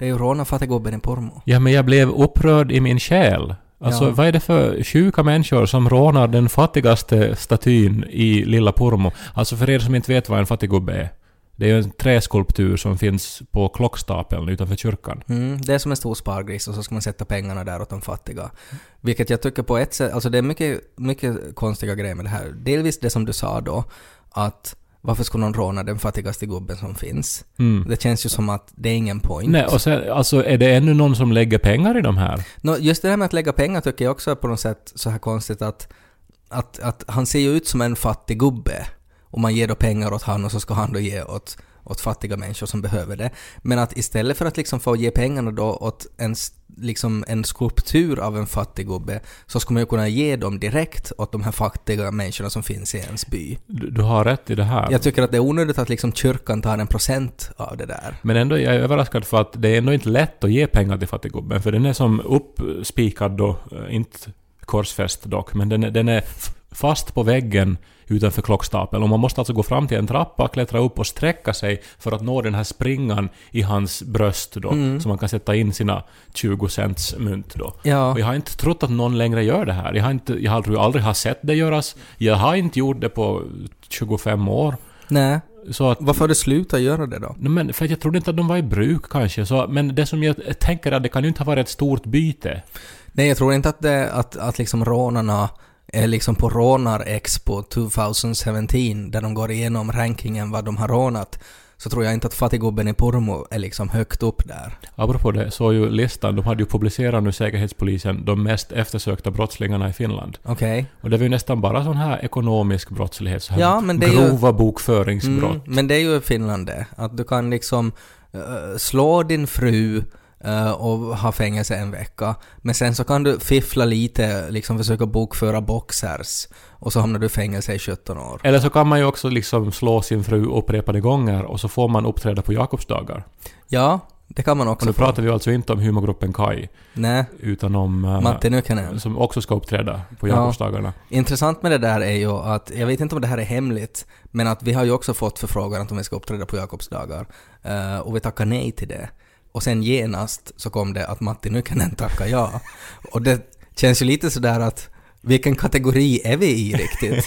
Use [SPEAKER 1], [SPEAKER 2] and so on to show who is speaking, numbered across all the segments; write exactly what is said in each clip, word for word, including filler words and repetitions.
[SPEAKER 1] Det är ju råna fattigubben i Pormo.
[SPEAKER 2] Ja, men jag blev upprörd i min själ. Alltså,
[SPEAKER 1] Ja.
[SPEAKER 2] vad är det för sjuka människor som rånar den fattigaste statyn i Lilla Pormo? Alltså, för er som inte vet vad en fattigubbe är. Det är ju en träskulptur som finns på klockstapeln utanför kyrkan.
[SPEAKER 1] Mm, det är som en stor spargris och så ska man sätta pengarna där åt de fattiga. Vilket jag tycker på ett sätt, alltså det är mycket, mycket konstiga grejer med det här. Delvis det som du sa då, att varför skulle någon råna den fattigaste gubben som finns?
[SPEAKER 2] Mm.
[SPEAKER 1] Det känns ju som att det är ingen point.
[SPEAKER 2] Nej, och sen, alltså är det ännu någon som lägger pengar i de här?
[SPEAKER 1] No, just det här med att lägga pengar tycker jag också är på något sätt så här konstigt att, att, att han ser ju ut som en fattig gubbe. Och man ger då pengar åt han och så ska han då ge åt, åt fattiga människor som behöver det. Men att istället för att liksom få ge pengarna då åt en, liksom en skulptur av en fattig gubbe så ska man ju kunna ge dem direkt åt de här fattiga människorna som finns i ens by.
[SPEAKER 2] Du, du har rätt i det här.
[SPEAKER 1] Jag tycker att det är onödigt att liksom kyrkan tar en procent av det där.
[SPEAKER 2] Men ändå jag är överraskad för att det är ändå inte lätt att ge pengar till fattiggubben. För den är som uppspikad då, inte korsfäst dock, men den är, den är fast på väggen utanför klockstapeln. Och man måste alltså gå fram till en trappa, klättra upp och sträcka sig för att nå den här springan i hans bröst då. Mm. Så man kan sätta in sina tjugo cents mynt då.
[SPEAKER 1] Ja.
[SPEAKER 2] Och jag har inte trott att någon längre gör det här. Jag har, inte, jag har aldrig, aldrig har sett det göras. Jag har inte gjort det på tjugofem år.
[SPEAKER 1] Nej.
[SPEAKER 2] Så att,
[SPEAKER 1] varför har du slutat göra det då?
[SPEAKER 2] Men för att jag trodde inte att de var i bruk kanske. Så, men det som jag tänker är att det kan ju inte ha varit ett stort byte.
[SPEAKER 1] Nej, jag tror inte att det, att, att liksom rånarna är liksom på Rånar-Expo tjugohundrasjutton där de går igenom rankingen vad de har rånat, så tror jag inte att fattigubben i Pormo är liksom högt upp där.
[SPEAKER 2] Apropå det, så ju listan, de hade ju publicerat nu Säkerhetspolisen de mest eftersökta brottslingarna i Finland.
[SPEAKER 1] Okej. Okay.
[SPEAKER 2] Och det var ju nästan bara sån här ekonomisk brottslighet, så här
[SPEAKER 1] ja, men det
[SPEAKER 2] grova
[SPEAKER 1] är ju,
[SPEAKER 2] bokföringsbrott.
[SPEAKER 1] Mm, men det är ju Finland det, att du kan liksom uh, slå din fru Uh, och ha fängelse en vecka. Men sen så kan du fiffla lite, liksom försöka bokföra boxers och så hamnar du i fängelse i sjutton år.
[SPEAKER 2] Eller så kan man ju också liksom slå sin fru upprepade gånger och så får man uppträda på Jakobsdagar.
[SPEAKER 1] Ja, det kan man också.
[SPEAKER 2] Och nu pratar vi alltså inte om humorgruppen Kai.
[SPEAKER 1] Nej.
[SPEAKER 2] Utan om uh,
[SPEAKER 1] Matti Nykänen.
[SPEAKER 2] Som också ska uppträda på Jakobsdagarna.
[SPEAKER 1] Ja. Intressant med det där är ju att, jag vet inte om det här är hemligt, men att vi har ju också fått förfrågan att om vi ska uppträda på Jakobsdagar. Uh, och vi tackar nej till det. Och sen genast så kom det att Matti Nykänen tackar ja. Och det känns ju lite sådär att vilken kategori är vi i riktigt?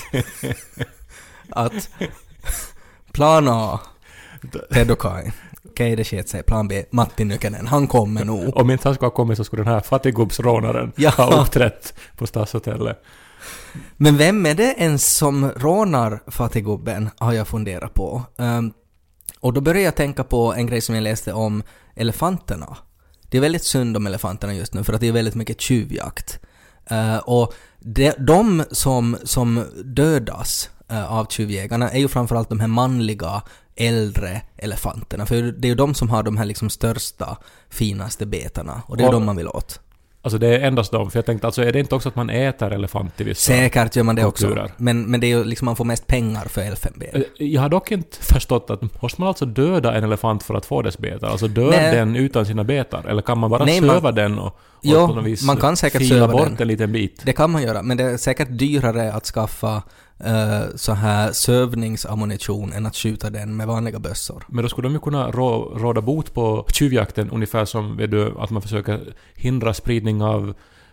[SPEAKER 1] Att plan A, Ted och Kai. Okej, okay, det sket sig. Plan B, Matti Nykänen. Han kommer nog.
[SPEAKER 2] Om inte han skulle ha kommit så skulle den här fattiggubbsrånaren
[SPEAKER 1] ja.
[SPEAKER 2] ha uppträtt på Stadshotellet.
[SPEAKER 1] Men vem är det ens som rånar fattiggubben, har jag funderat på. Um, Och då började jag tänka på en grej som jag läste om elefanterna. Det är väldigt synd om elefanterna just nu för att det är väldigt mycket tjuvjakt. Uh, och de, de som, som dödas uh, av tjuvjägarna är ju framförallt de här manliga äldre elefanterna. För det är ju de som har de här liksom största, finaste betarna. Och det är och, de man vill åt.
[SPEAKER 2] Alltså det är endast de, för jag tänkte, alltså är det inte också att man äter elefant i vissa
[SPEAKER 1] säkert gör man det
[SPEAKER 2] kulturer?
[SPEAKER 1] Också. Men, men det är ju liksom man får mest pengar för elfenben.
[SPEAKER 2] Jag har dock inte förstått att måste man alltså döda en elefant för att få dess betar? Alltså dör Nej. den utan sina betar? Eller kan man bara Nej, söva man, den och, och
[SPEAKER 1] jo,
[SPEAKER 2] på något vis
[SPEAKER 1] man kan säkert
[SPEAKER 2] fila
[SPEAKER 1] söva
[SPEAKER 2] bort
[SPEAKER 1] den.
[SPEAKER 2] en liten bit?
[SPEAKER 1] Det kan man göra, men det är säkert dyrare att skaffa uh, så här sövningsammunition än att skjuta den med vanliga bössor.
[SPEAKER 2] Men då skulle de ju kunna rå, råda bot på tjuvjakten ungefär som vet du, att man försöker hindra spridning av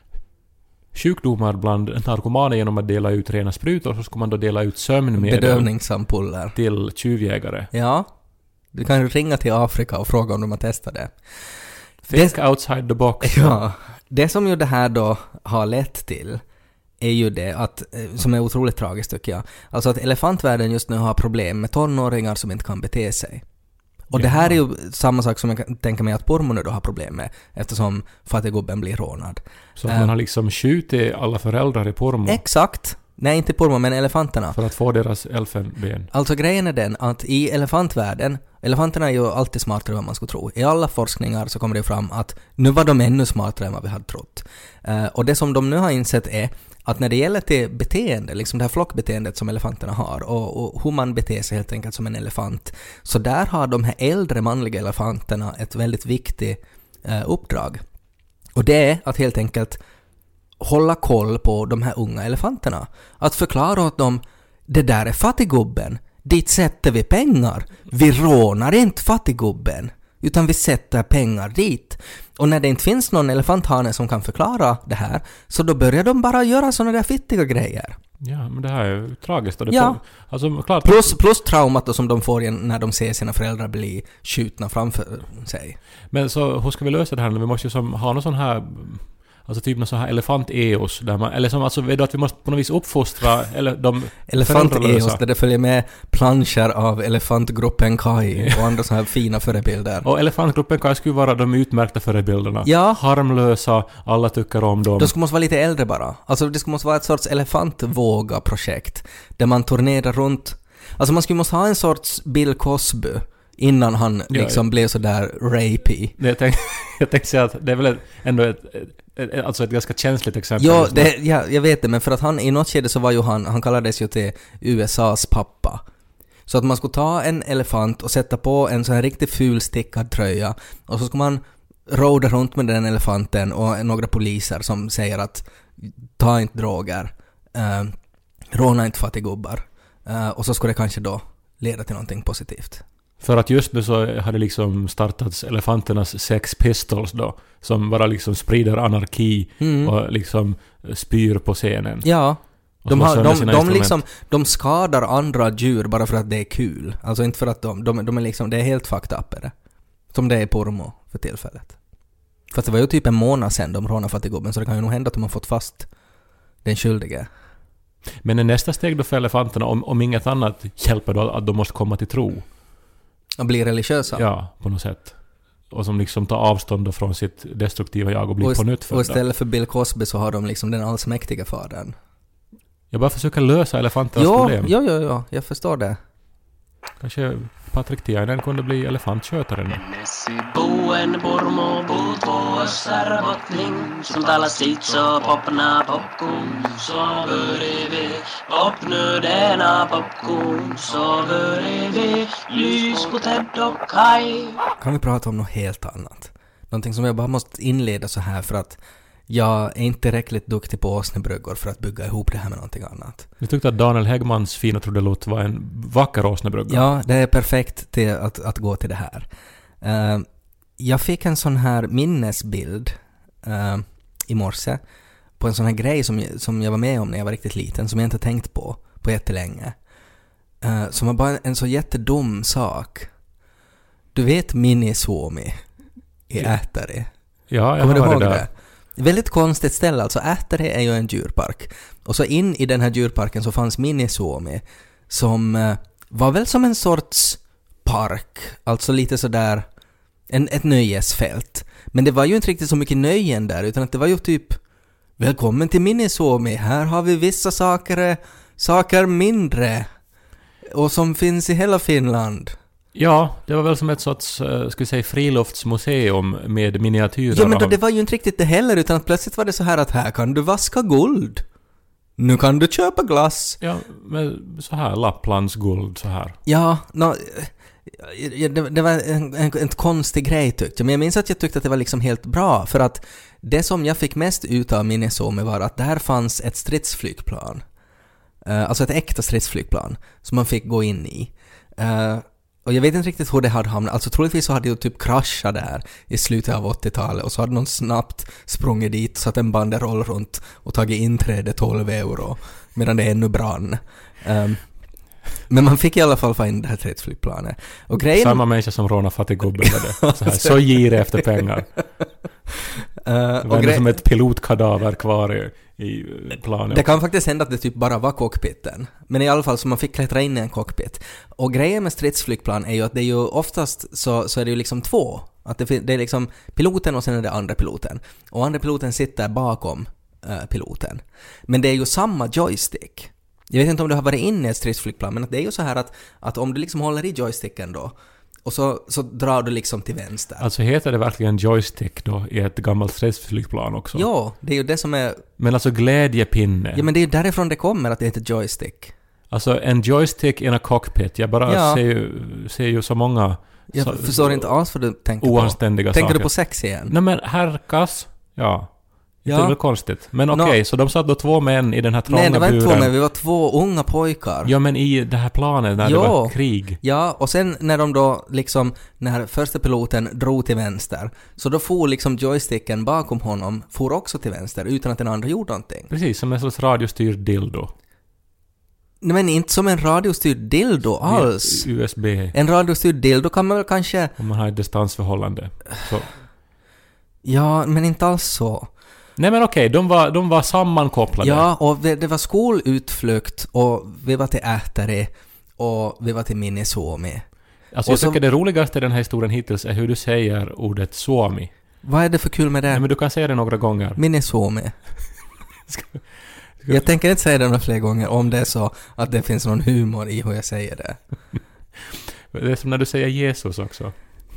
[SPEAKER 2] sjukdomar bland narkomaner genom att dela ut rena sprutor, så ska man då dela ut sömnmedel
[SPEAKER 1] bedövningsampuller
[SPEAKER 2] till tjuvjägare.
[SPEAKER 1] Ja, du kan ringa till Afrika och fråga om de har testat det.
[SPEAKER 2] Think det, outside the box.
[SPEAKER 1] Ja, det som ju det här då har lett till är ju det att, som är otroligt tragiskt tycker jag, alltså att elefantvärlden just nu har problem med tonåringar som inte kan bete sig. Och ja. Det här är ju samma sak som jag kan tänka mig att Pormo nu då har problem med, eftersom fattigubben blir rånad.
[SPEAKER 2] Så att man har liksom skjutit alla föräldrar i Pormo?
[SPEAKER 1] Exakt. Nej, inte Pormo, men elefanterna.
[SPEAKER 2] För att få deras elfenben.
[SPEAKER 1] Alltså grejen är den att i elefantvärlden, elefanterna är ju alltid smartare än vad man skulle tro. I alla forskningar så kommer det fram att nu var de ännu smartare än vad vi hade trott. Uh, och det som de nu har insett är att när det gäller till beteende, liksom det här flockbeteendet som elefanterna har och, och hur man beter sig helt enkelt som en elefant, så där har de här äldre manliga elefanterna ett väldigt viktigt uh, uppdrag. Och det är att helt enkelt hålla koll på de här unga elefanterna. Att förklara åt dem, det där är fattigubben. Dit sätter vi pengar. Vi rånar inte fattigubben. utan vi sätter pengar dit. Och när det inte finns någon elefanthane som kan förklara det här, så då börjar de bara göra såna där fittiga grejer.
[SPEAKER 2] Ja, men det här är ju tragiskt. Och det
[SPEAKER 1] Ja.
[SPEAKER 2] får, alltså, klart,
[SPEAKER 1] Plus, plus traumat då som de får igen när de ser sina föräldrar bli skjutna framför sig.
[SPEAKER 2] Men så hur ska vi lösa det här nu? Vi måste ju som, ha någon sån här, alltså typ någon sån här elefant-eos där man, eller som alltså vet du att vi måste på något vis uppfostra eller de
[SPEAKER 1] Elefant-eos där det följer med planscher av elefantgruppen Kai och andra så här fina förebilder.
[SPEAKER 2] Och elefantgruppen kan skulle vara de utmärkta förebilderna.
[SPEAKER 1] Ja.
[SPEAKER 2] Harmlösa, alla tycker om dem.
[SPEAKER 1] De skulle måste vara lite äldre bara. Alltså det skulle måste vara ett sorts elefantvåga-projekt där man turnerar runt. Alltså man skulle måste ha en sorts Bill Cosby innan han liksom
[SPEAKER 2] ja.
[SPEAKER 1] blev så där rapey.
[SPEAKER 2] Jag tänkte, jag tänkte säga att det är väl ändå ett, ett, alltså ett ganska känsligt exempel.
[SPEAKER 1] Ja, det, ja, jag vet det, men för att han i något skede så var ju han, han kallades ju till U S A:s pappa. Så att man skulle ta en elefant och sätta på en sån här riktigt ful stickad tröja och så ska man råda runt med den elefanten och några poliser som säger att ta inte droger, eh, råna inte fattigubbar. Eh, och så skulle det kanske då leda till någonting positivt.
[SPEAKER 2] För att just nu så har det liksom startats elefanternas Sex Pistols då, som bara liksom sprider anarki mm. och liksom spyr på scenen.
[SPEAKER 1] Ja, de, har, de, de, liksom, de skadar andra djur bara för att det är kul. Alltså inte för att de, de, de är liksom, det är helt fucked up är det. Som det är på Pormo för tillfället. Fast det var ju typ en månad sedan de rånade fattigubben, så det kan ju nog hända att de har fått fast den skyldige.
[SPEAKER 2] Men är nästa steg då för elefanterna, om, om inget annat hjälper då att de måste komma till tro?
[SPEAKER 1] Och bli religiösa?
[SPEAKER 2] Ja, på något sätt. Och som liksom tar avstånd då från sitt destruktiva jag och blir
[SPEAKER 1] och
[SPEAKER 2] på nytt födda.
[SPEAKER 1] Och istället för Bill Cosby så har de liksom den allsmäktiga fadern.
[SPEAKER 2] Jag bara försöker lösa elefanternas
[SPEAKER 1] jo,
[SPEAKER 2] problem.
[SPEAKER 1] Jo, jo, jo, jag förstår det.
[SPEAKER 2] Kanske Patrik Tiainen kunde bli elefantskötare nu.
[SPEAKER 3] Boen Pormo bor på Österbottning som talar sitt så popna popcorn så bredvid popnödena popcorn så bredvid lys på Ted och Kai.
[SPEAKER 1] Kan vi prata om något helt annat? Någonting som jag bara måste inleda så här för att jag är inte tillräckligt duktig på åsnebryggor för att bygga ihop det här med någonting annat.
[SPEAKER 2] Jag tyckte att Daniel Häggmans fina trudelutt var en vacker åsnebrygga.
[SPEAKER 1] Ja, det är perfekt till att, att gå till det här. Uh, jag fick en sån här minnesbild uh, i morse på en sån här grej som, som jag var med om när jag var riktigt liten, som jag inte tänkt på på jättelänge. Uh, som var bara en, en så jättedum sak. Du vet Mini Suomi i Ätari?
[SPEAKER 2] Ja, jag
[SPEAKER 1] Kommer
[SPEAKER 2] har
[SPEAKER 1] du ihåg
[SPEAKER 2] det där.
[SPEAKER 1] det? Väldigt konstigt ställe, alltså Ätari är ju en djurpark. Och så in i den här djurparken så fanns Mini Suomi som eh, var väl som en sorts park, alltså lite sådär en, ett nöjesfält. Men det var ju inte riktigt så mycket nöjen där, utan att det var ju typ välkommen till Mini Suomi, här har vi vissa saker, saker mindre och som finns i hela Finland.
[SPEAKER 2] Ja, det var väl som ett sorts, uh, ska vi säga, friluftsmuseum med miniatyrer.
[SPEAKER 1] Ja, men då,
[SPEAKER 2] av...
[SPEAKER 1] det var ju inte riktigt det heller, utan att plötsligt var det så här att här kan du vaska guld. Nu kan du köpa glass.
[SPEAKER 2] Ja, men så här, Lapplands guld, så här.
[SPEAKER 1] Ja, no, det, det var en, en, en konstig grej tyckte jag. Men jag minns att jag tyckte att det var liksom helt bra. För att det som jag fick mest ut av Mini Suomi var att där fanns ett stridsflygplan. Uh, alltså ett äkta stridsflygplan som man fick gå in i. Uh, Och jag vet inte riktigt hur det hade hamnat. Alltså troligtvis så hade det typ kraschat där i slutet av åttiotalet och så hade någon snabbt sprungit dit, satt en banderoll runt och tagit inträde tolv euro medan det ännu brann. Um, men man fick i alla fall få in det här stridsflygplanet. Och grejen...
[SPEAKER 2] Samma människa som rånar fattiggubben med det. Så, här, så girig efter pengar.
[SPEAKER 1] Uh,
[SPEAKER 2] det var
[SPEAKER 1] grej...
[SPEAKER 2] som ett pilotkadaver kvar i, i planet.
[SPEAKER 1] Det kan faktiskt hända att det typ bara var cockpiten. Men i alla fall så man fick klättra in i en cockpit. Och grejen med stridsflygplan är ju att det är ju oftast så, så är det ju liksom två. Att det, det är liksom piloten och sen är det andra piloten. Och andra piloten sitter bakom uh, piloten. Men det är ju samma joystick. Jag vet inte om du har varit inne i ett stridsflygplan, men det är ju så här att, att om du liksom håller i joysticken då och så, så drar du liksom till vänster.
[SPEAKER 2] Alltså heter det verkligen joystick då i ett gammalt stridsflygplan också?
[SPEAKER 1] Ja, det är ju det som är...
[SPEAKER 2] Men alltså glädjepinne.
[SPEAKER 1] Ja, men det är ju därifrån det kommer att det heter joystick.
[SPEAKER 2] Alltså en joystick i en cockpit. Jag bara
[SPEAKER 1] ja.
[SPEAKER 2] ser, ju, ser ju så många...
[SPEAKER 1] Jag
[SPEAKER 2] så,
[SPEAKER 1] förstår inte alls vad du tänker
[SPEAKER 2] oanständiga
[SPEAKER 1] på. Tänker
[SPEAKER 2] saker.
[SPEAKER 1] du på sex igen?
[SPEAKER 2] Nej men herkas, ja.
[SPEAKER 1] Ja.
[SPEAKER 2] Det är väl konstigt. Men okej, okay, no. så de satt då två män i den här trånga buren.
[SPEAKER 1] Nej, det var inte två män, vi var två unga pojkar.
[SPEAKER 2] Ja, men i det här planet när jo. det var krig.
[SPEAKER 1] Ja, och sen när de då liksom, när första piloten drog till vänster, så då for liksom joysticken bakom honom, for också till vänster utan att den andra gjorde någonting.
[SPEAKER 2] Precis, som en slags radiostyrd dildo.
[SPEAKER 1] Nej, men inte som en radiostyrd dildo alls.
[SPEAKER 2] U S B.
[SPEAKER 1] En radiostyrd dildo kan man väl kanske...
[SPEAKER 2] Om man har ett distansförhållande. Så.
[SPEAKER 1] Ja, men inte alls så.
[SPEAKER 2] Nej, men okej, de var, de var sammankopplade.
[SPEAKER 1] Ja, och det, det var skolutflykt och vi var till Ätare och vi var till Minnesuomi.
[SPEAKER 2] Alltså
[SPEAKER 1] och
[SPEAKER 2] jag
[SPEAKER 1] så,
[SPEAKER 2] tycker det roligaste i den här historien hittills är hur du säger ordet Suomi.
[SPEAKER 1] Vad är det för kul med det?
[SPEAKER 2] Nej, men du kan säga det några gånger.
[SPEAKER 1] Minnesuomi. Jag tänker inte säga det några fler gånger om det är så att det finns någon humor i hur jag säger det.
[SPEAKER 2] Det är som när du säger Jesus också.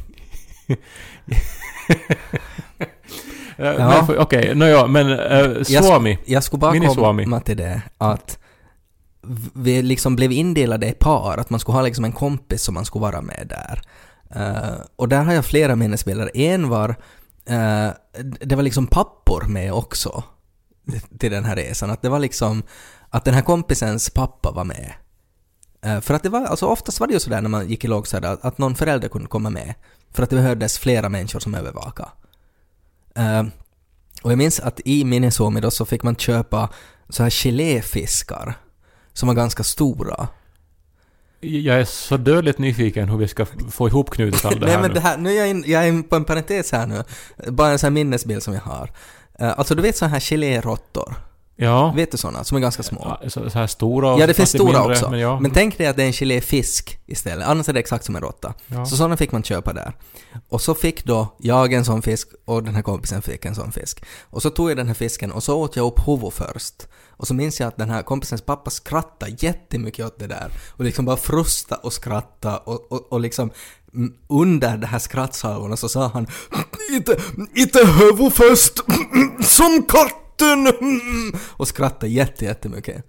[SPEAKER 2] Ja. Okej, okay, no, ja, men uh, Suomi.
[SPEAKER 1] Jag, jag skulle bara komma till det att vi liksom blev indelade i par, att man skulle ha liksom en kompis som man skulle vara med där. Uh, och där har jag flera minnesbilder. En var uh, det var liksom pappor med också till den här resan. Att det var liksom att den här kompisens pappa var med. Uh, för att det var, alltså oftast var det ju sådär när man gick i lågstadiet att, att någon förälder kunde komma med. För att det behövdes flera människor som övervakade. Uh, och jag minns att i Minnesuomi då så fick man köpa så här geléfiskar som var ganska stora.
[SPEAKER 2] Jag är så dödligt nyfiken hur vi ska få ihop knutet all det
[SPEAKER 1] Nej,
[SPEAKER 2] här
[SPEAKER 1] men
[SPEAKER 2] nu.
[SPEAKER 1] Det här, nu är jag, in, jag är in på en parentes här nu. Bara en sån här minnesbild som jag har. Uh, alltså du vet så här gelérottor.
[SPEAKER 2] Ja.
[SPEAKER 1] Vet du sådana som är ganska små?
[SPEAKER 2] Ja, så, så här stora och
[SPEAKER 1] ja, det finns stora
[SPEAKER 2] mindre,
[SPEAKER 1] också.
[SPEAKER 2] Men, ja.
[SPEAKER 1] men tänk dig att det är en geléfisk istället. Annars är det exakt som en råtta.
[SPEAKER 2] Ja.
[SPEAKER 1] Så sådana fick man köpa där. Och så fick då jag en sån fisk och den här kompisen fick en sån fisk. Och så tog jag den här fisken och så åt jag upp huvud först. Och så minns jag att den här kompisens pappa skrattade jättemycket åt det där. Och liksom bara frusta och skratta. Och, och, och liksom under det här skrattsalvorna så sa han Inte, inte huvud först som katt! Och skrattade jätte, jättemycket.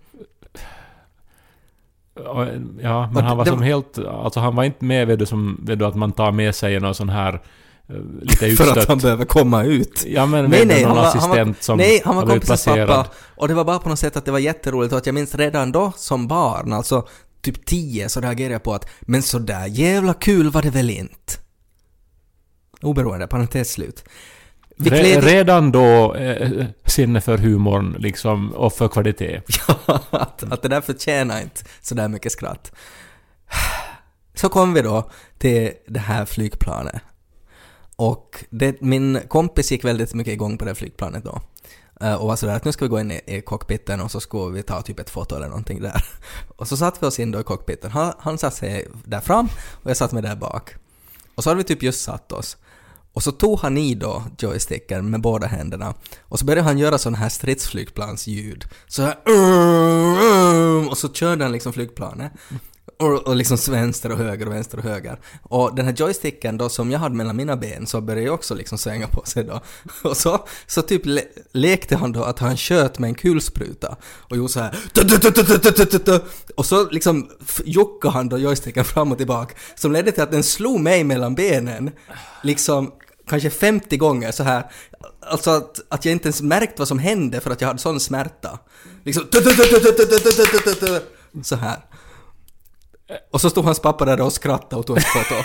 [SPEAKER 2] Ja, men han var som helt... Alltså han var inte med vid det som vid att man tar med sig någon sån här lite utstött...
[SPEAKER 1] För att han behöver komma ut.
[SPEAKER 2] Ja, men
[SPEAKER 1] nej, nej,
[SPEAKER 2] någon
[SPEAKER 1] han var,
[SPEAKER 2] assistent
[SPEAKER 1] han var,
[SPEAKER 2] som
[SPEAKER 1] nej, han var
[SPEAKER 2] blivit
[SPEAKER 1] kompisens
[SPEAKER 2] placerad.
[SPEAKER 1] pappa. Och det var bara på något sätt att det var jätteroligt. Och att jag minns redan då som barn, alltså typ tio, så reagerade jag på att men så där jävla kul var det väl inte. Oberoende, parentes slut.
[SPEAKER 2] Re- redan då eh, sinne för humorn liksom, och för kvalitet.
[SPEAKER 1] Ja, att, att det där förtjänar inte så där mycket skratt. Så kom vi då till det här flygplanet. Och det, min kompis gick väldigt mycket igång på det flygplanet då. Uh, och var sådär att nu ska vi gå in i, i cockpiten och så ska vi ta typ ett foto eller någonting där. Och så satt vi oss in då i cockpiten. Han, han satt sig där fram och jag satt mig där bak. Och så hade vi typ just satt oss. Och så tog han i då joysticken med båda händerna. Och så började han göra sån här stridsflygplansljud. Så här... Och så körde han liksom flygplanet. Och, och liksom vänster och höger och vänster och höger. Och den här joysticken då som jag hade mellan mina ben så började jag också liksom svänga på sig då. Och så, så typ le- lekte han då att han sköt med en kulspruta. Och gjorde så här... Och så liksom juckade han då joysticken fram och tillbaka. Som ledde till att den slog mig mellan benen. Liksom kanske femtio gånger så här. Alltså att, att jag inte ens märkt vad som hände för att jag hade sån smärta. Liksom... Så här. Och så stod hans pappa där och skrattade och tog ett foto.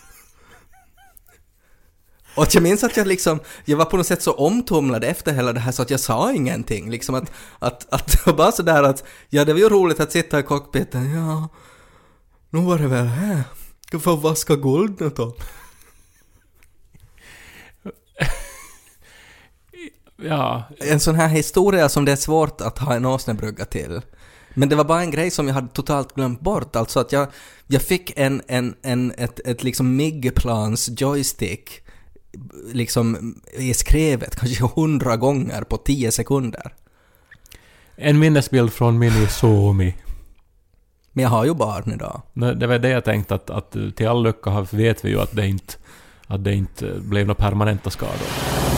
[SPEAKER 1] Och jag minns att jag liksom, jag var på något sätt så omtumlad efter hela det här så att jag sa ingenting. Liksom att, att, att det var bara sådär att, ja det var ju roligt att sitta i cockpiten, ja, nu var det väl här. Jag får vaska guldet då.
[SPEAKER 2] Ja.
[SPEAKER 1] En sån här historia som det är svårt att ha en åsnebrygga till. Men det var bara en grej som jag hade totalt glömt bort. Alltså att jag, jag fick en, en, en, ett, ett liksom MIG-plans joystick liksom i skrevet kanske hundra gånger på tio sekunder.
[SPEAKER 2] En minnesbild från Minnesuomi.
[SPEAKER 1] Men jag har ju barn idag.
[SPEAKER 2] Det var det jag tänkte att, att till all lycka vet vi ju att det inte, att det inte blev några permanenta skador.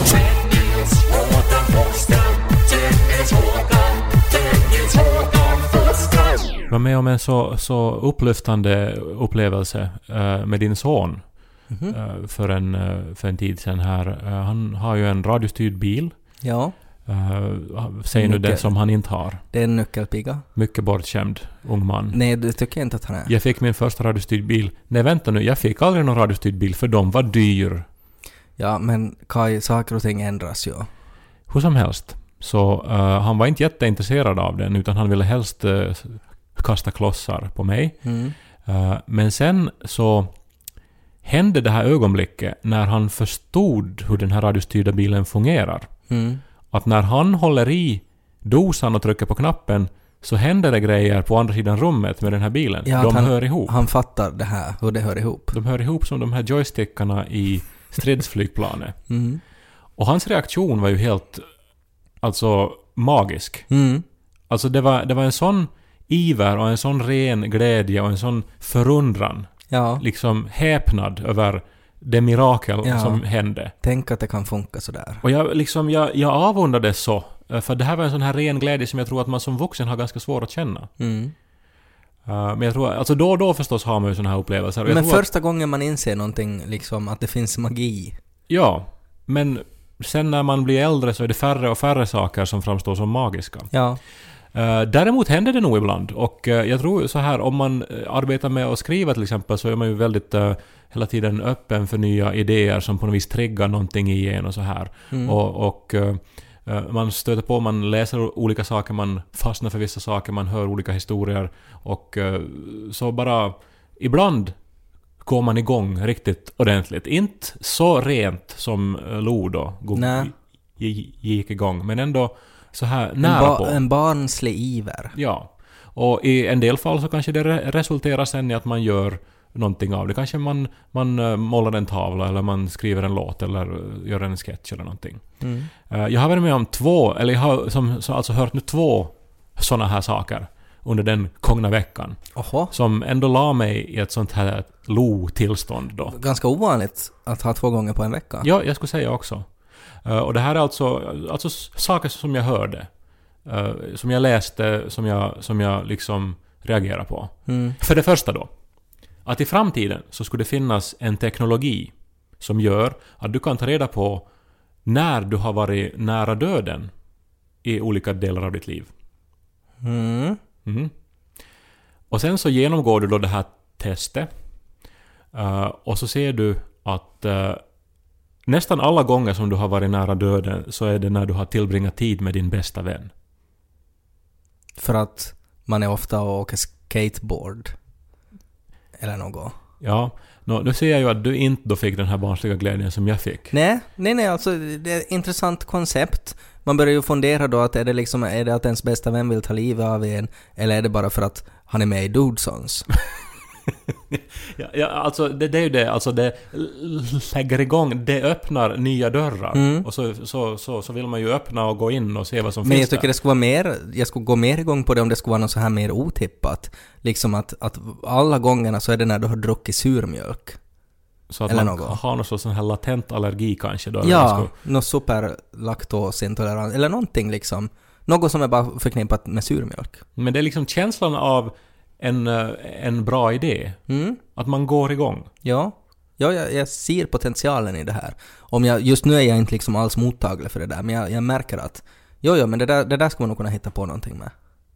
[SPEAKER 2] Jag var med om en så, så upplyftande upplevelse uh, med din son mm-hmm. uh, för, en, uh, för en tid sedan här. Uh, han har ju en radiostyrd bil.
[SPEAKER 1] Ja.
[SPEAKER 2] Uh, säger nu
[SPEAKER 1] Nyckel.
[SPEAKER 2] det som han inte har.
[SPEAKER 1] Det är en nyckelpiga.
[SPEAKER 2] Mycket bortskämd ung man.
[SPEAKER 1] Nej, du tycker inte att han är.
[SPEAKER 2] Jag fick min första radiostyrd bil. Nej, vänta nu. Jag fick aldrig någon radiostyrd bil för de var dyr.
[SPEAKER 1] Ja, men Kai, saker och ting ändras ju.
[SPEAKER 2] Hur som helst. Så uh, han var inte jätteintresserad av den utan han ville helst uh, kasta klossar på mig.
[SPEAKER 1] Mm.
[SPEAKER 2] Uh, men sen så hände det här ögonblicket när han förstod hur den här radiostyrda bilen fungerar.
[SPEAKER 1] Mm.
[SPEAKER 2] Att när han håller i dosan och trycker på knappen så händer det grejer på andra sidan rummet med den här bilen.
[SPEAKER 1] Ja,
[SPEAKER 2] de
[SPEAKER 1] han,
[SPEAKER 2] hör ihop.
[SPEAKER 1] Han fattar det här, hur det hör ihop.
[SPEAKER 2] De hör ihop som de här joystickarna i stridsflygplanet.
[SPEAKER 1] Mm.
[SPEAKER 2] Och hans reaktion var ju helt alltså magisk.
[SPEAKER 1] Mm.
[SPEAKER 2] Alltså det var, det var en sån iver och en sån ren glädje och en sån förundran.
[SPEAKER 1] Ja.
[SPEAKER 2] Liksom häpnad över det mirakel
[SPEAKER 1] Ja.
[SPEAKER 2] som hände.
[SPEAKER 1] Tänk att det kan funka sådär.
[SPEAKER 2] Och jag, liksom, jag, jag avundades så. För det här var en sån här ren glädje som jag tror att man som vuxen har ganska svårt att känna.
[SPEAKER 1] Mm.
[SPEAKER 2] Uh, men jag tror, alltså då och då förstås har man ju såna här upplevelser. Och jag
[SPEAKER 1] Men
[SPEAKER 2] tror
[SPEAKER 1] första att, gången man inser någonting, liksom att det finns magi.
[SPEAKER 2] Ja, men sen när man blir äldre så är det färre och färre saker som framstår som magiska.
[SPEAKER 1] Ja.
[SPEAKER 2] Uh, däremot händer det nog ibland. Och uh, jag tror så här, om man uh, arbetar med att skriva till exempel så är man ju väldigt uh, hela tiden öppen för nya idéer som på något vis triggar någonting i en och så här.
[SPEAKER 1] Mm.
[SPEAKER 2] Och, och uh, uh, man stöter på, man läser olika saker, man fastnar för vissa saker, man hör olika historier. Och uh, så bara ibland går man igång riktigt ordentligt. Inte så rent som uh, Lo då
[SPEAKER 1] Nej.
[SPEAKER 2] gick igång, men ändå så här
[SPEAKER 1] En,
[SPEAKER 2] nära
[SPEAKER 1] ba-
[SPEAKER 2] på.
[SPEAKER 1] en barnslig iver.
[SPEAKER 2] Ja. Och i en del fall så kanske det re- resulterar sen i att man gör någonting av det. Kanske man, man uh, målar en tavla eller man skriver en låt eller uh, gör en sketch eller någonting.
[SPEAKER 1] Mm.
[SPEAKER 2] Uh, jag har varit med om två, eller jag har som, så alltså hört nu två sådana här saker under den gångna veckan.
[SPEAKER 1] Oho.
[SPEAKER 2] Som ändå la mig i ett sånt här lo-tillstånd då.
[SPEAKER 1] Ganska ovanligt att ha två gånger på en vecka.
[SPEAKER 2] Ja, jag skulle säga också. Uh, och det här är alltså, alltså s- saker som jag hörde. Uh, som jag läste, som jag, som jag liksom reagerar på.
[SPEAKER 1] Mm.
[SPEAKER 2] För det första då. Att i framtiden så skulle det finnas en teknologi som gör att du kan ta reda på när du har varit nära döden i olika delar av ditt liv.
[SPEAKER 1] Mm.
[SPEAKER 2] Mm. Och sen så genomgår du då det här testet. Uh, och så ser du att uh, nästan alla gånger som du har varit nära döden så är det när du har tillbringat tid med din bästa vän.
[SPEAKER 1] För att man är ofta och åker skateboard. Eller något.
[SPEAKER 2] Ja, no, nu ser jag ju att du inte då fick den här barnsliga glädjen som jag fick.
[SPEAKER 1] Nej, nej, nej, alltså det är ett intressant koncept. Man börjar ju fundera då att är det liksom, är det att ens bästa vän vill ta livet av en, eller är det bara för att han är med i Dudesons?
[SPEAKER 2] ja, ja, alltså det, det är ju det, alltså det lägger igång, det öppnar nya dörrar.
[SPEAKER 1] Mm.
[SPEAKER 2] Och så, så, så, så vill man ju öppna och gå in och se vad som
[SPEAKER 1] Men
[SPEAKER 2] finns
[SPEAKER 1] jag tycker
[SPEAKER 2] där.
[SPEAKER 1] det skulle vara mer, jag skulle gå mer igång på det om det skulle vara något så här mer otippat. Liksom att, att alla gångerna så är det när du har druckit surmjölk.
[SPEAKER 2] Så att
[SPEAKER 1] eller
[SPEAKER 2] man
[SPEAKER 1] något.
[SPEAKER 2] har någon sorts sån här latent allergi kanske då. eller
[SPEAKER 1] Ja,
[SPEAKER 2] man ska-
[SPEAKER 1] något superlaktosintolerant, eller någonting liksom. Något som är bara förknippat med surmjölk.
[SPEAKER 2] Men det är liksom känslan av en, eh, en bra idé.
[SPEAKER 1] Mm.
[SPEAKER 2] Att man går igång.
[SPEAKER 1] Ja, ja jag, jag ser potentialen i det här. Om jag, just nu är jag inte liksom alls mottaglig för det där, men jag, jag märker att jo, jo, men det där, det där ska man nog kunna hitta på någonting med.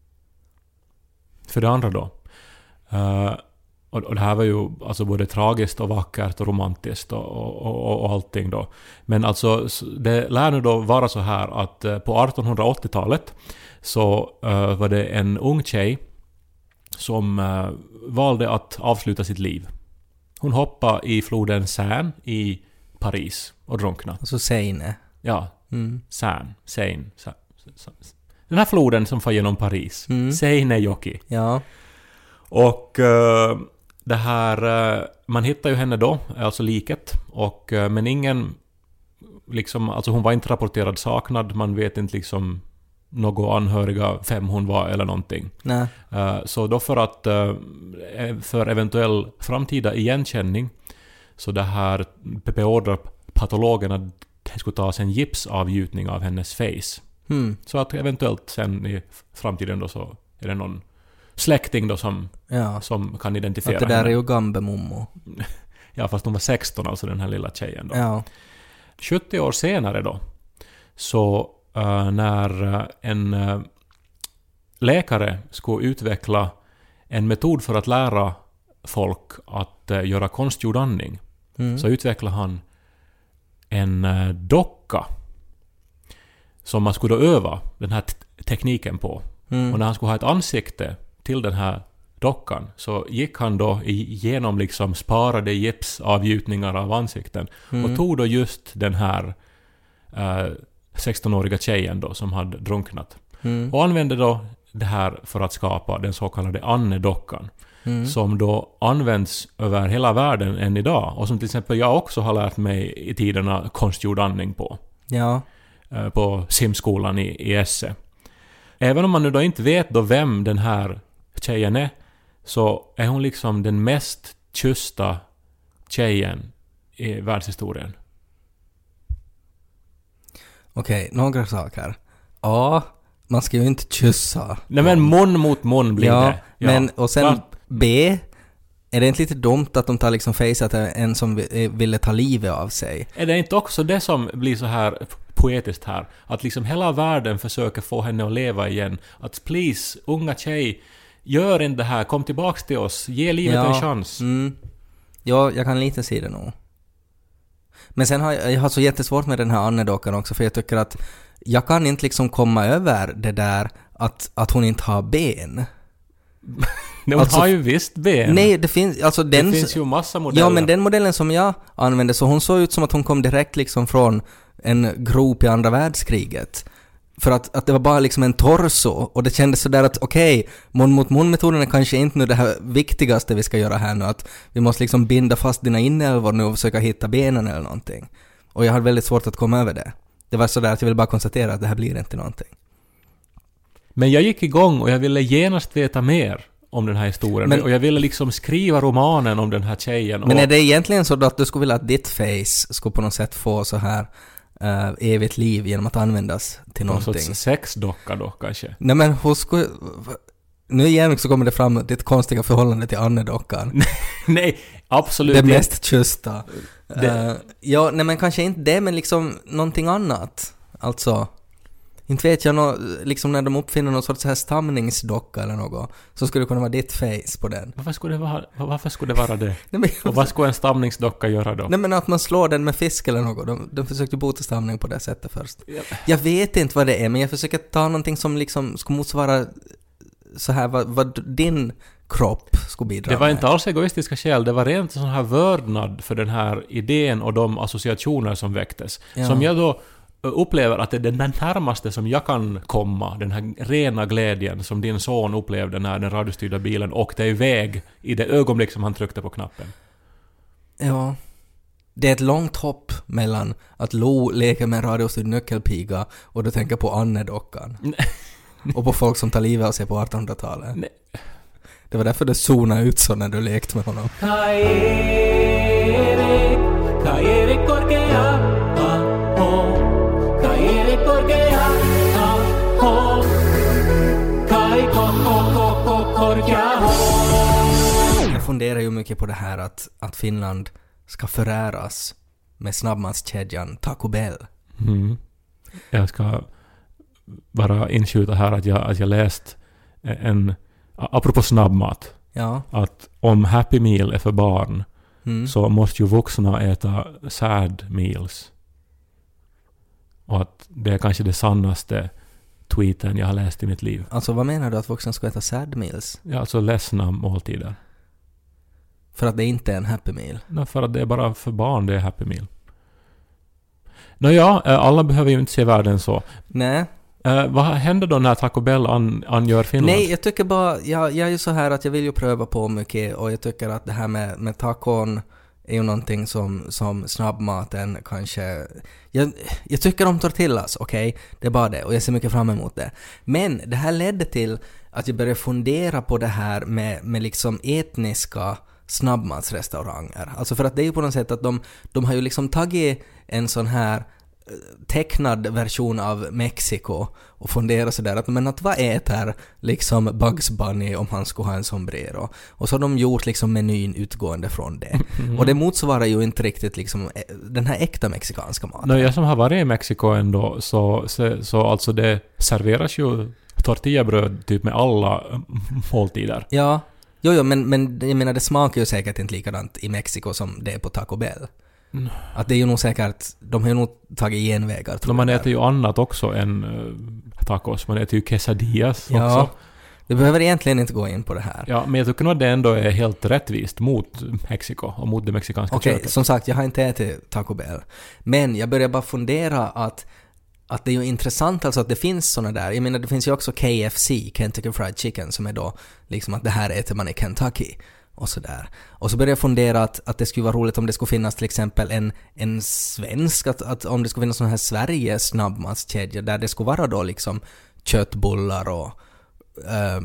[SPEAKER 2] För det andra då. Uh, och, och det här var ju alltså både tragiskt och vackert och romantiskt och, och, och, och allting då. Men alltså s- det lär nu då vara så här att uh, på artonhundraåttiotalet så uh, var det en ung tjej som uh, valde att avsluta sitt liv. Hon hoppade i floden Seine i Paris och drunknade.
[SPEAKER 1] Och så Seine.
[SPEAKER 2] Ja,
[SPEAKER 1] Mm.
[SPEAKER 2] Seine, Seine. Sa- sa- Den här floden som får genom Paris.
[SPEAKER 1] Mm.
[SPEAKER 2] Seinejoki.
[SPEAKER 1] Ja.
[SPEAKER 2] Och uh, det här, uh, man hittar ju henne då, alltså liket, och, uh, men ingen, liksom, alltså hon var inte rapporterad saknad, man vet inte liksom några anhöriga, vem hon var eller någonting.
[SPEAKER 1] Nej.
[SPEAKER 2] Uh, så då för att, uh, för eventuell framtida igenkänning, så det här beordrar patologerna att det skulle tas en gipsavgjutning av hennes face.
[SPEAKER 1] Mm.
[SPEAKER 2] Så att eventuellt sen i framtiden då så är det någon släkting då som,
[SPEAKER 1] Ja.
[SPEAKER 2] som kan identifiera
[SPEAKER 1] Att det där
[SPEAKER 2] henne.
[SPEAKER 1] är ju Gambe-mommo.
[SPEAKER 2] Ja, fast hon var sexton, alltså den här lilla tjejen då.
[SPEAKER 1] Ja.
[SPEAKER 2] sjuttio år senare då så uh, när uh, en uh, läkare skulle utveckla en metod för att lära folk att uh, göra konstgjord andning. Mm. Så utvecklade han en uh, docka som man skulle då öva den här t- tekniken på. Mm. Och när han skulle ha ett ansikte till den här dockan så gick han då igenom liksom sparade gipsavgjutningar av ansikten mm. och tog då just den här uh, sexton-åriga tjejen då som hade drunknat. Mm. Och använde då det här för att skapa den så kallade Anne-dockan. Mm. Som då används över hela världen än idag. Och som till exempel jag också har lärt mig i tiderna konstgjord andning på.
[SPEAKER 1] Ja.
[SPEAKER 2] Uh, på simskolan i, i Esse. Även om man nu då inte vet då vem den här tjejen är, så är hon liksom den mest kyssta tjejen i världshistorien.
[SPEAKER 1] Okej, några saker. A, man ska ju inte kyssa.
[SPEAKER 2] Nej men mun mot mun blir
[SPEAKER 1] ja,
[SPEAKER 2] det. Ja,
[SPEAKER 1] men och sen ja. B, är det inte lite dumt att de tar liksom face att en som ville ta livet av sig?
[SPEAKER 2] Är det inte också det som blir så här poetiskt här? Att liksom hela världen försöker få henne att leva igen. Att please, unga tjej, gör inte det här, kom tillbaks till oss, ge livet
[SPEAKER 1] ja,
[SPEAKER 2] en chans.
[SPEAKER 1] Mm. Ja, jag kan lite se det nog. Men sen har jag, jag har så jättesvårt med den här Anne-dockan också, för jag tycker att jag kan inte liksom komma över det där att, att hon inte har ben.
[SPEAKER 2] Hon alltså, har ju visst ben.
[SPEAKER 1] Nej, det finns, alltså den,
[SPEAKER 2] det finns ju massa modeller.
[SPEAKER 1] Ja, men den modellen som jag använde, så hon såg ut som att hon kom direkt liksom från en grop i andra världskriget. För att, att det var bara liksom en torso. Och det kändes sådär att okej, okay, mun mot mun-metoden är kanske inte nu det här viktigaste vi ska göra här nu. Att vi måste liksom binda fast dina inälvor nu och försöka hitta benen eller någonting. Och jag hade väldigt svårt att komma över det. Det var sådär att jag ville bara konstatera att det här blir inte någonting.
[SPEAKER 2] Men jag gick igång och jag ville genast veta mer om den här historien. Men, och jag ville liksom skriva romanen om den här tjejen.
[SPEAKER 1] Men
[SPEAKER 2] och,
[SPEAKER 1] är det egentligen så att du skulle vilja att ditt face skulle på något sätt få så här Uh, evigt liv genom att användas till någonting?
[SPEAKER 2] Någon sorts sexdocka då kanske?
[SPEAKER 1] Nej men hon skulle... Nu igen så kommer det fram att det är ett konstiga förhållande till Anne-dockan.
[SPEAKER 2] Nej, absolut.
[SPEAKER 1] Det mest kyssta. Det... Uh, ja, nej men kanske inte det, men liksom någonting annat. Alltså, inte vet jag nå, liksom när de uppfinner någon sorts här stamningsdocka eller något, så skulle det kunna vara ditt face på den.
[SPEAKER 2] Varför skulle det vara, varför skulle det, vara det?
[SPEAKER 1] Nej, men,
[SPEAKER 2] och vad skulle en stamningsdocka göra då?
[SPEAKER 1] Nej men att man slår den med fisk eller något. De, de försökte bota stamning på det sättet först. Ja. Jag vet inte vad det är, men jag försöker ta någonting som liksom skulle motsvara så här vad, vad din kropp skulle bidra med.
[SPEAKER 2] Det var inte alls egoistiska skäl, det var rent sån här vördnad för den här idén och de associationer som väcktes. Ja. Som jag då upplever att det är den närmaste som jag kan komma, den här rena glädjen som din son upplevde när den radiostyrda bilen åkte iväg i det ögonblick som han tryckte på knappen.
[SPEAKER 1] Ja, det är ett långt hopp mellan att Lo leker med en radiostyrd nyckelpiga och du tänker på Anne-dockan. Och på folk som tar livet av sig på artonhundratalet. Nej. Det var därför det zonade ut så när du lekt med honom. Jag funderar ju mycket på det här att, att Finland ska föräras med snabbmatskedjan Taco Bell.
[SPEAKER 2] Mm. Jag ska bara inskjuta här att jag, att jag läst en, apropå snabbmat,
[SPEAKER 1] ja.
[SPEAKER 2] Att om Happy Meal är för barn mm. så måste ju vuxna äta sad meals. Och att det är kanske det sannaste tweeten jag har läst i mitt liv.
[SPEAKER 1] Alltså vad menar du att vuxna ska äta sad meals?
[SPEAKER 2] Ja, alltså ledsna måltider.
[SPEAKER 1] För att det inte är en happy meal?
[SPEAKER 2] Nej, för att det är bara för barn det är happy meal. Nåja, alla behöver ju inte se världen så.
[SPEAKER 1] Nej.
[SPEAKER 2] Uh, vad händer då när Taco Bell an, angör Finland?
[SPEAKER 1] Nej, jag tycker bara, jag, jag är ju så här att jag vill ju pröva på mycket och jag tycker att det här med, med tacon är ju någonting som, som snabbmaten kanske... Jag, jag tycker de tortillas, okej? Okay? Det är bara det och jag ser mycket fram emot det. Men det här ledde till att jag började fundera på det här med, med liksom etniska snabbmatsrestauranger. Alltså för att det är ju på något sätt att de, de har ju liksom tagit en sån här tecknad version av Mexiko och fundera sådär att men att vad äter liksom Bugs Bunny om han skulle ha en sombrero, och så har de gjort liksom menyn utgående från det. Mm. Och det motsvarar ju inte riktigt liksom den här äkta mexikanska maten.
[SPEAKER 2] No, jag som har varit i Mexiko ändå, så, så, så alltså det serveras ju tortillabröd typ med alla måltider.
[SPEAKER 1] Ja, jo, jo men, men jag menar det smakar ju säkert inte likadant i Mexiko som det är på Taco Bell. Mm. Att det är ju nog säkert, de har ju nog tagit genvägar.
[SPEAKER 2] Men man äter ju annat också än uh, tacos. Man äter ju quesadillas
[SPEAKER 1] ja,
[SPEAKER 2] också.
[SPEAKER 1] Vi behöver egentligen inte gå in på det här.
[SPEAKER 2] Ja, men jag tycker nog att det ändå är helt rättvist mot Mexiko och mot det mexikanska
[SPEAKER 1] Okej,
[SPEAKER 2] köket.
[SPEAKER 1] som sagt, jag har inte ätit Taco Bell. Men jag börjar bara fundera att att det är ju intressant alltså att det finns såna där. Jag menar, det finns ju också K F C, Kentucky Fried Chicken, som är då liksom att det här äter man i Kentucky. Och så där. Och så började jag fundera att, att det skulle vara roligt om det skulle finnas till exempel en, en svensk, att, att om det skulle finnas sån här Sveriges snabbmatskedja där det skulle vara då liksom köttbullar och äh,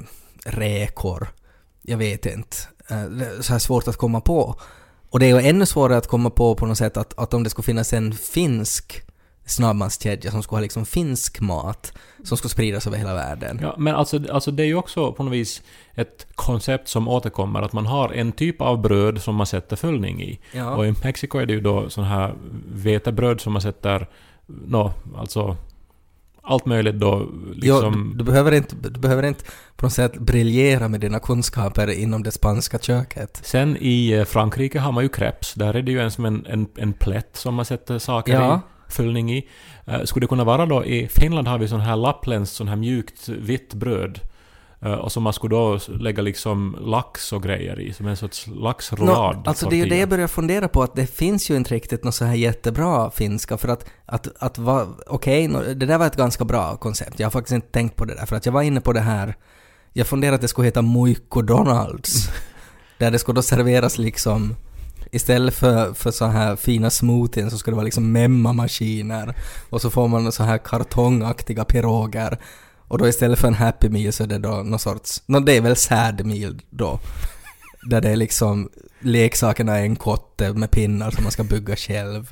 [SPEAKER 1] räkor. Jag vet inte. Äh, det är så här svårt att komma på. Och det är ju ännu svårare att komma på på något sätt att, att om det skulle finnas en finsk snabbmatskedja som skulle ha liksom finsk mat som skulle spridas över hela världen.
[SPEAKER 2] Ja, men alltså, alltså det är ju också på något vis ett koncept som återkommer, att man har en typ av bröd som man sätter fyllning i. Ja. Och i Mexiko är det ju då sån här vetebröd som man sätter no, alltså allt möjligt då liksom...
[SPEAKER 1] Jo, du, du, behöver inte, du behöver inte på något sätt briljera med dina kunskaper inom det spanska köket.
[SPEAKER 2] Sen i Frankrike har man ju crepes. Där är det ju en som en, en, en plätt som man sätter saker
[SPEAKER 1] ja.
[SPEAKER 2] i. Fyllning i. Uh, skulle det kunna vara då, i Finland har vi sån här lappländskt, sån här mjukt vitt bröd. Uh, och som man skulle då lägga liksom lax och grejer i, som en sorts laxroulad.
[SPEAKER 1] No, alltså det är ju det jag börjar fundera på, att det finns ju inte riktigt något så här jättebra finska, för att, att, att va, okej, okay, det där var ett ganska bra koncept. Jag har faktiskt inte tänkt på det där, för att jag var inne på det här, jag funderade att det skulle heta Muikko Donalds, där det skulle då serveras liksom istället för, för så här fina smoothien så ska det vara liksom memma-maskiner. Och så får man så här kartongaktiga piroger. Och då istället för en Happy Meal så är det då någon sorts... No, det är väl Sad Meal då. Där det är liksom leksakerna är en kotte med pinnar som man ska bygga själv.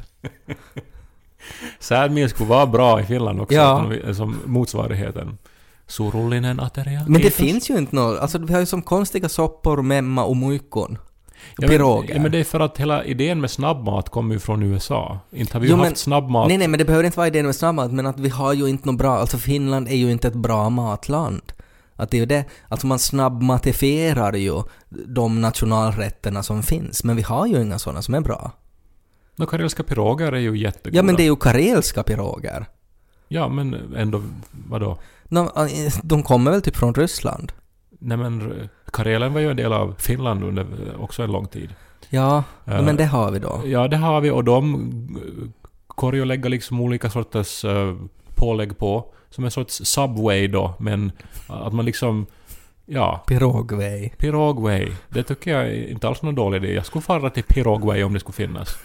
[SPEAKER 2] Sad Meal skulle vara bra i Finland också.
[SPEAKER 1] Ja.
[SPEAKER 2] Som motsvarigheten. Surullinen ateria.
[SPEAKER 1] Men det finns ju inte något... Alltså vi har ju som konstiga soppor, memma och muikon.
[SPEAKER 2] Ja men, ja, men det är för att hela idén med snabbmat kommer ju från U S A. Inte har vi ju jo, haft men, snabbmat.
[SPEAKER 1] Nej, nej, men det behöver inte vara idén med snabbmat, men att vi har ju inte något bra... Alltså Finland är ju inte ett bra matland. Att det är ju det... Alltså man snabbmatifierar ju de nationalrätterna som finns, men vi har ju inga sådana som är bra.
[SPEAKER 2] No, karelska piroger är ju jättegoda.
[SPEAKER 1] Ja, men det är ju karelska piroger.
[SPEAKER 2] Ja, men ändå... Vadå?
[SPEAKER 1] No, de kommer väl typ från Ryssland?
[SPEAKER 2] Nej, men Karelen var ju en del av Finland under också en lång tid.
[SPEAKER 1] Ja, uh, men det har vi då.
[SPEAKER 2] Ja, det har vi, och de går ju att lägga liksom olika sorters uh, pålägg på, som en sorts Subway då, men att man liksom, ja...
[SPEAKER 1] Pirogway.
[SPEAKER 2] Pirogway. Det tycker jag är inte alls någon dålig idé. Jag skulle fara till Pirogway om det skulle finnas.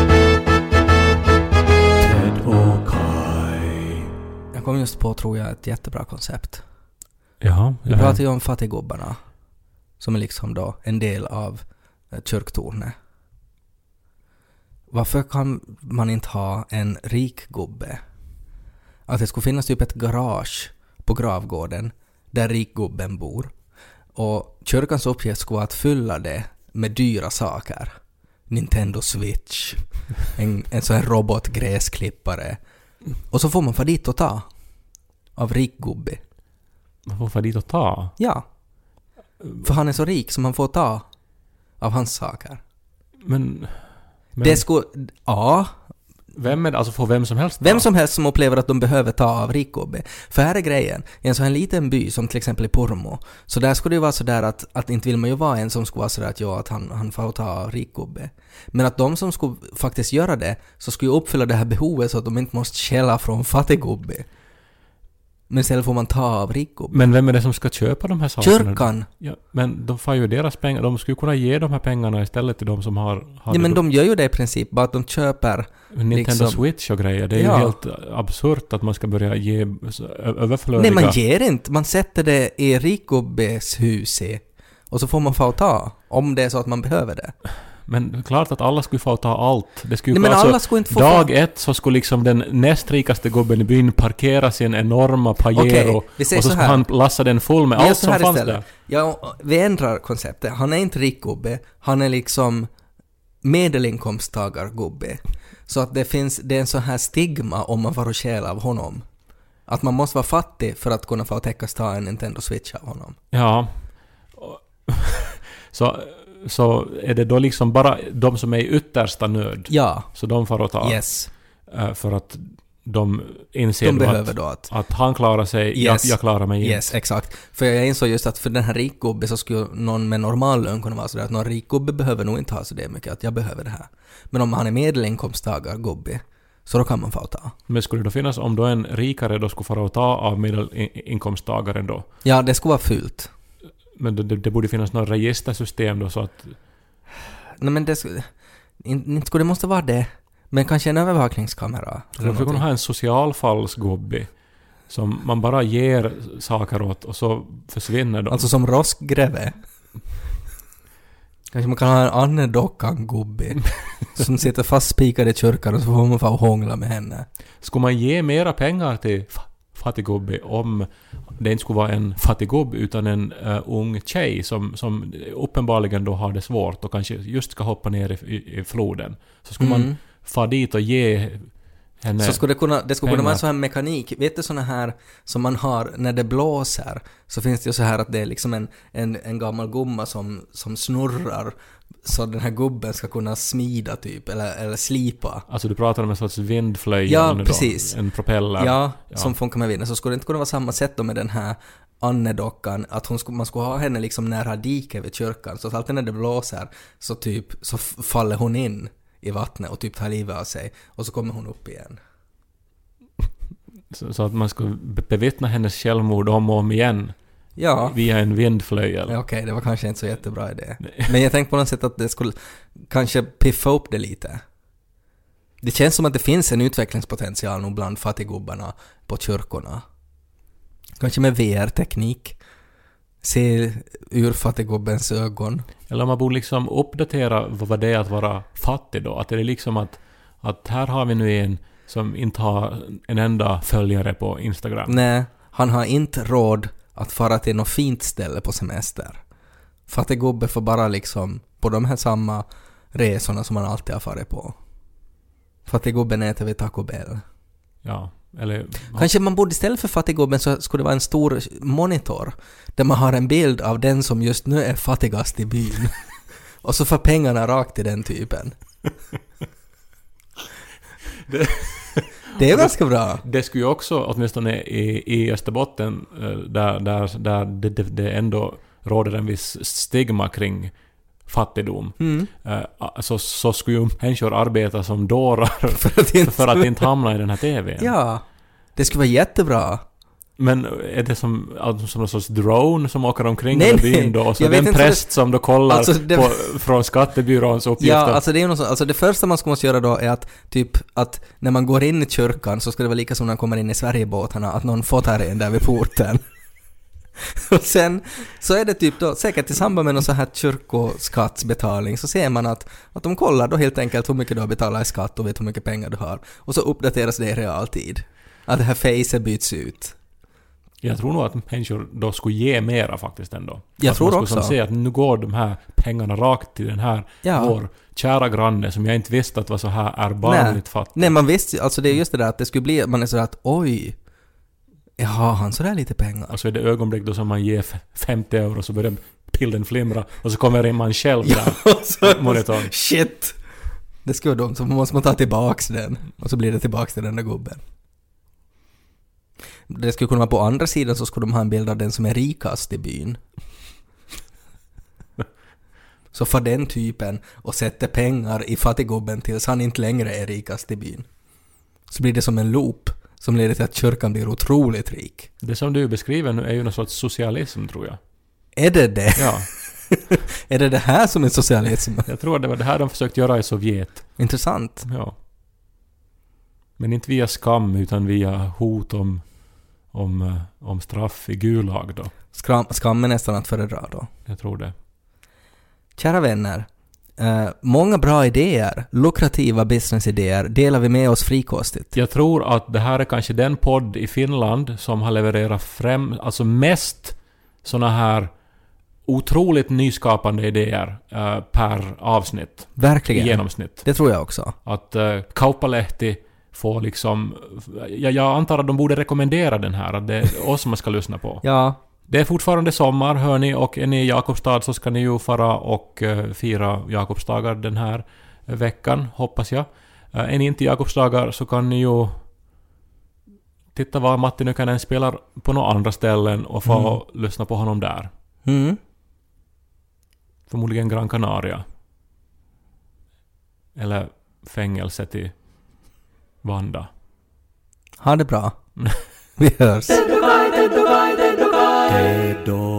[SPEAKER 1] Ted och Kai. Jag kom just på, tror jag, ett jättebra koncept.
[SPEAKER 2] Jaha,
[SPEAKER 1] vi pratar ju om fattiggubbarna som är liksom då en del av eh, kyrktornet. Varför kan man inte ha en rik gubbe? Att det skulle finnas typ ett garage på gravgården där rikgubben bor. Och kyrkans uppgift skulle vara att fylla det med dyra saker. Nintendo Switch, en, en sån här robotgräsklippare. Och så får man få dit och ta av rikgubbe.
[SPEAKER 2] Man får få dit och ta?
[SPEAKER 1] Ja. För han är så rik som man får ta av hans saker.
[SPEAKER 2] Men... men
[SPEAKER 1] det skulle... Ja.
[SPEAKER 2] Vem är det? Alltså får vem som helst ta?
[SPEAKER 1] Vem som helst som upplever att de behöver ta av rikgubbe. För här är grejen. I en sån här liten by som till exempel i Pormo. Så där skulle det vara så där att, att inte vill man ju vara en som skulle vara så där att, ja, att han, han får ta av rikgubbe. Men att de som skulle faktiskt göra det så skulle ju uppfylla det här behovet så att de inte måste källa från fattiggubbe. Men istället får man ta av rikgubbe.
[SPEAKER 2] Men vem är det som ska köpa de här sakerna?
[SPEAKER 1] Kyrkan.
[SPEAKER 2] Ja, men de får ju deras pengar. De skulle kunna ge de här pengarna istället till de som har... har
[SPEAKER 1] ja, men de gör ju det i princip. Bara att de köper...
[SPEAKER 2] Nintendo liksom, Switch och grejer. Det är ja. ju helt absurt att man ska börja ge överflödiga...
[SPEAKER 1] Nej, man ger inte. Man sätter det i rikgubbes hus och så får man få ta om det är så att man behöver det.
[SPEAKER 2] Men klart att alla skulle få ta allt. Det skulle
[SPEAKER 1] Nej, men
[SPEAKER 2] alltså,
[SPEAKER 1] alla skulle inte få
[SPEAKER 2] dag
[SPEAKER 1] få...
[SPEAKER 2] ett så skulle liksom den näst rikaste gubben i byn parkera sin enorma Pajero
[SPEAKER 1] Okej, vi säger
[SPEAKER 2] och så,
[SPEAKER 1] så
[SPEAKER 2] skulle
[SPEAKER 1] här.
[SPEAKER 2] han lassa den full med
[SPEAKER 1] Vi gör
[SPEAKER 2] allt
[SPEAKER 1] så
[SPEAKER 2] som
[SPEAKER 1] här
[SPEAKER 2] fanns
[SPEAKER 1] istället.
[SPEAKER 2] där.
[SPEAKER 1] Ja, vi ändrar konceptet. Han är inte rik gubbe, han är liksom medelinkomsttagargubbe. Så att det finns, det är en sån här stigma om man får och stjäl av honom. Att man måste vara fattig för att kunna få täckas ta en Nintendo Switch av honom.
[SPEAKER 2] Ja. så, så är det då liksom bara de som är i yttersta nöd.
[SPEAKER 1] Ja.
[SPEAKER 2] Så de får att ta.
[SPEAKER 1] Yes.
[SPEAKER 2] Uh, för att de inser
[SPEAKER 1] De
[SPEAKER 2] då
[SPEAKER 1] behöver
[SPEAKER 2] att,
[SPEAKER 1] då att...
[SPEAKER 2] att han klarar sig,
[SPEAKER 1] Yes.
[SPEAKER 2] jag, jag klarar mig inte.
[SPEAKER 1] Yes, exakt. För jag insåg just att för den här rikgubbe så skulle någon med normal lön kunna vara sådär att någon rikgubbe behöver nog inte ha så det mycket att jag behöver det här. Men om han är medelinkomsttagargubbe så då kan man få ta.
[SPEAKER 2] Men skulle det då finnas, om då en rikare då skulle få ta av medelinkomsttagaren då?
[SPEAKER 1] Ja, det skulle vara fult.
[SPEAKER 2] Men det, det borde finnas något registersystem då så att...
[SPEAKER 1] Nej men det skulle... Inte, inte skulle det måste vara det. Men kanske en övervakningskamera.
[SPEAKER 2] För att kunna ha en socialfallsgubbe som man bara ger saker åt och så försvinner de.
[SPEAKER 1] Alltså som roskgreve. Kanske man kan ha en Anne Dockan-gubbe som sitter fastspikad i kyrkan och så får man få hångla med henne.
[SPEAKER 2] Skulle man ge mera pengar till fattiggubbe om det inte skulle vara en fattiggubbe utan en uh, ung tjej som, som uppenbarligen då har det svårt och kanske just ska hoppa ner i, i, i floden. Så skulle
[SPEAKER 1] Mm.
[SPEAKER 2] man få dit och ge henne
[SPEAKER 1] Så skulle det kunna, det skulle kunna
[SPEAKER 2] pengar.
[SPEAKER 1] vara en sån här mekanik. Vet du såna här som man har när det blåser? Så finns det ju så här att det är liksom en, en, en gammal gumma som, som snurrar så den här gubben ska kunna smida typ eller, eller slipa.
[SPEAKER 2] Alltså du pratar om en sorts vindflöjel.
[SPEAKER 1] Ja,
[SPEAKER 2] då,
[SPEAKER 1] precis.
[SPEAKER 2] En propeller.
[SPEAKER 1] Ja,
[SPEAKER 2] Ja.
[SPEAKER 1] som funkar med vinden. Så skulle det inte kunna vara samma sätt då med den här Anne-dockan, att hon skulle, man skulle ha henne liksom nära diket vid kyrkan. Så att alltid när det blåser så typ så f- faller hon in i vattnet och typ tar livet av sig. Och så kommer hon upp igen.
[SPEAKER 2] Så, så att man skulle be- bevittna hennes självmord om och om igen
[SPEAKER 1] Ja.
[SPEAKER 2] via en vindflöjel.
[SPEAKER 1] Ja, okej, det var kanske inte så jättebra idé. Men jag tänkte på något sätt att det skulle kanske piffa upp det lite. Det känns som att det finns en utvecklingspotential nog bland fattiggubbarna på kyrkorna. Kanske med V R-teknik. Se ur fattiggubbens ögon.
[SPEAKER 2] Eller man borde liksom uppdatera vad det är att vara fattig då. Att det är liksom att, att här har vi nu en som inte har en enda följare på Instagram.
[SPEAKER 1] Nej, han har inte råd att fara till något fint ställe på semester. Fattiggubbe får bara liksom på de här samma resorna som man alltid har farit på. Fattiggubben äter vid Taco Bell.
[SPEAKER 2] Ja, eller...
[SPEAKER 1] Kanske man borde istället för fattiggubben så skulle det vara en stor monitor där man har en bild av den som just nu är fattigast i byn. Och så får pengarna rakt till den typen.
[SPEAKER 2] Det,
[SPEAKER 1] Det är ganska bra.
[SPEAKER 2] det skulle ju också, åtminstone i, i Österbotten, eh, där, där, där det, det, det ändå råder en viss stigma kring fattigdom.
[SPEAKER 1] Mm.
[SPEAKER 2] Eh, så, så skulle ju människor arbeta som dårar
[SPEAKER 1] För att inte,
[SPEAKER 2] för att inte hamna i den här T V:n.
[SPEAKER 1] Ja, det skulle vara jättebra.
[SPEAKER 2] Men är det som, alltså, som någon sorts drone som åker omkring
[SPEAKER 1] Nej,
[SPEAKER 2] i
[SPEAKER 1] nej.
[SPEAKER 2] byn då? Och så
[SPEAKER 1] Jag
[SPEAKER 2] är det
[SPEAKER 1] vet
[SPEAKER 2] en
[SPEAKER 1] inte
[SPEAKER 2] präst som då kollar
[SPEAKER 1] Alltså, det-
[SPEAKER 2] på, från skattebyråns uppgifter.
[SPEAKER 1] Ja, alltså det är ju något sånt, alltså det första man ska måste göra då är att typ att när man går in i kyrkan så ska det vara lika som när man kommer in i Sverigebåtarna att någon får ta en där vid porten. Och sen så är det typ då säkert i samband med någon så här kyrkoskattsbetalning så ser man att, att de kollar då helt enkelt hur mycket du har betalat i skatt och vet hur mycket pengar du har. Och så uppdateras det i realtid. Att det här facet byts ut.
[SPEAKER 2] Jag tror nog att människor då skulle ge mera faktiskt ändå.
[SPEAKER 1] Jag
[SPEAKER 2] att
[SPEAKER 1] tror
[SPEAKER 2] man skulle
[SPEAKER 1] också.
[SPEAKER 2] som se att nu går de här pengarna rakt till den här
[SPEAKER 1] Ja.
[SPEAKER 2] vår kära granne som jag inte visste att var så här erbarmligt fattig.
[SPEAKER 1] Nej, man visste ju, alltså det är just det där att det skulle bli, man är sådär att oj, ja, han sådär lite pengar.
[SPEAKER 2] Och så är det ögonblick då som man ger femtio euro så börjar bilden flimra och så kommer in man själv där på monitorn.
[SPEAKER 1] Shit! Det skulle vara dumt, så måste man ta tillbaks den. Och så blir det tillbaks till den där gubben. Det skulle kunna vara på andra sidan så skulle de ha en bild av den som är rikast i byn. Så för den typen och sätter pengar i fattiggubben tills han inte längre är rikast i byn. Så blir det som en loop som leder till att kyrkan blir otroligt rik.
[SPEAKER 2] Det som du beskriver nu är ju någon sorts socialism tror jag.
[SPEAKER 1] Är det det?
[SPEAKER 2] Ja,
[SPEAKER 1] Är det det här som är socialism?
[SPEAKER 2] jag tror det var det här de försökt göra i Sovjet.
[SPEAKER 1] Intressant.
[SPEAKER 2] Ja. Men inte via skam utan via hot om, om, eh, om straff i Gulag då.
[SPEAKER 1] Skram, skam är nästan att föredra då.
[SPEAKER 2] Jag tror det.
[SPEAKER 1] Kära vänner, Uh, många bra idéer, lukrativa businessidéer delar vi med oss frikostigt.
[SPEAKER 2] Jag tror att det här är kanske den podd i Finland som har levererat fram, alltså mest såna här otroligt nyskapande idéer uh, per avsnitt.
[SPEAKER 1] Verkligen.
[SPEAKER 2] I genomsnitt.
[SPEAKER 1] Det tror jag också.
[SPEAKER 2] Att uh, Kauppalehti får liksom... Jag, jag antar att de borde rekommendera den här, att det är oss man ska lyssna på.
[SPEAKER 1] Ja.
[SPEAKER 2] Det är fortfarande sommar, hör ni, och är ni i Jakobstad så ska ni ju fara och uh, fira Jakobsdagar den här uh, veckan, hoppas jag. Uh, är ni inte i Jakobsdagar så kan ni ju titta vad Matti Nykänen spelar på några andra ställen och få mm. lyssna på honom där.
[SPEAKER 1] Mm.
[SPEAKER 2] Förmodligen Gran Canaria. Eller fängelset i Vanda.
[SPEAKER 1] Ha det bra. Vi hörs.
[SPEAKER 3] Dead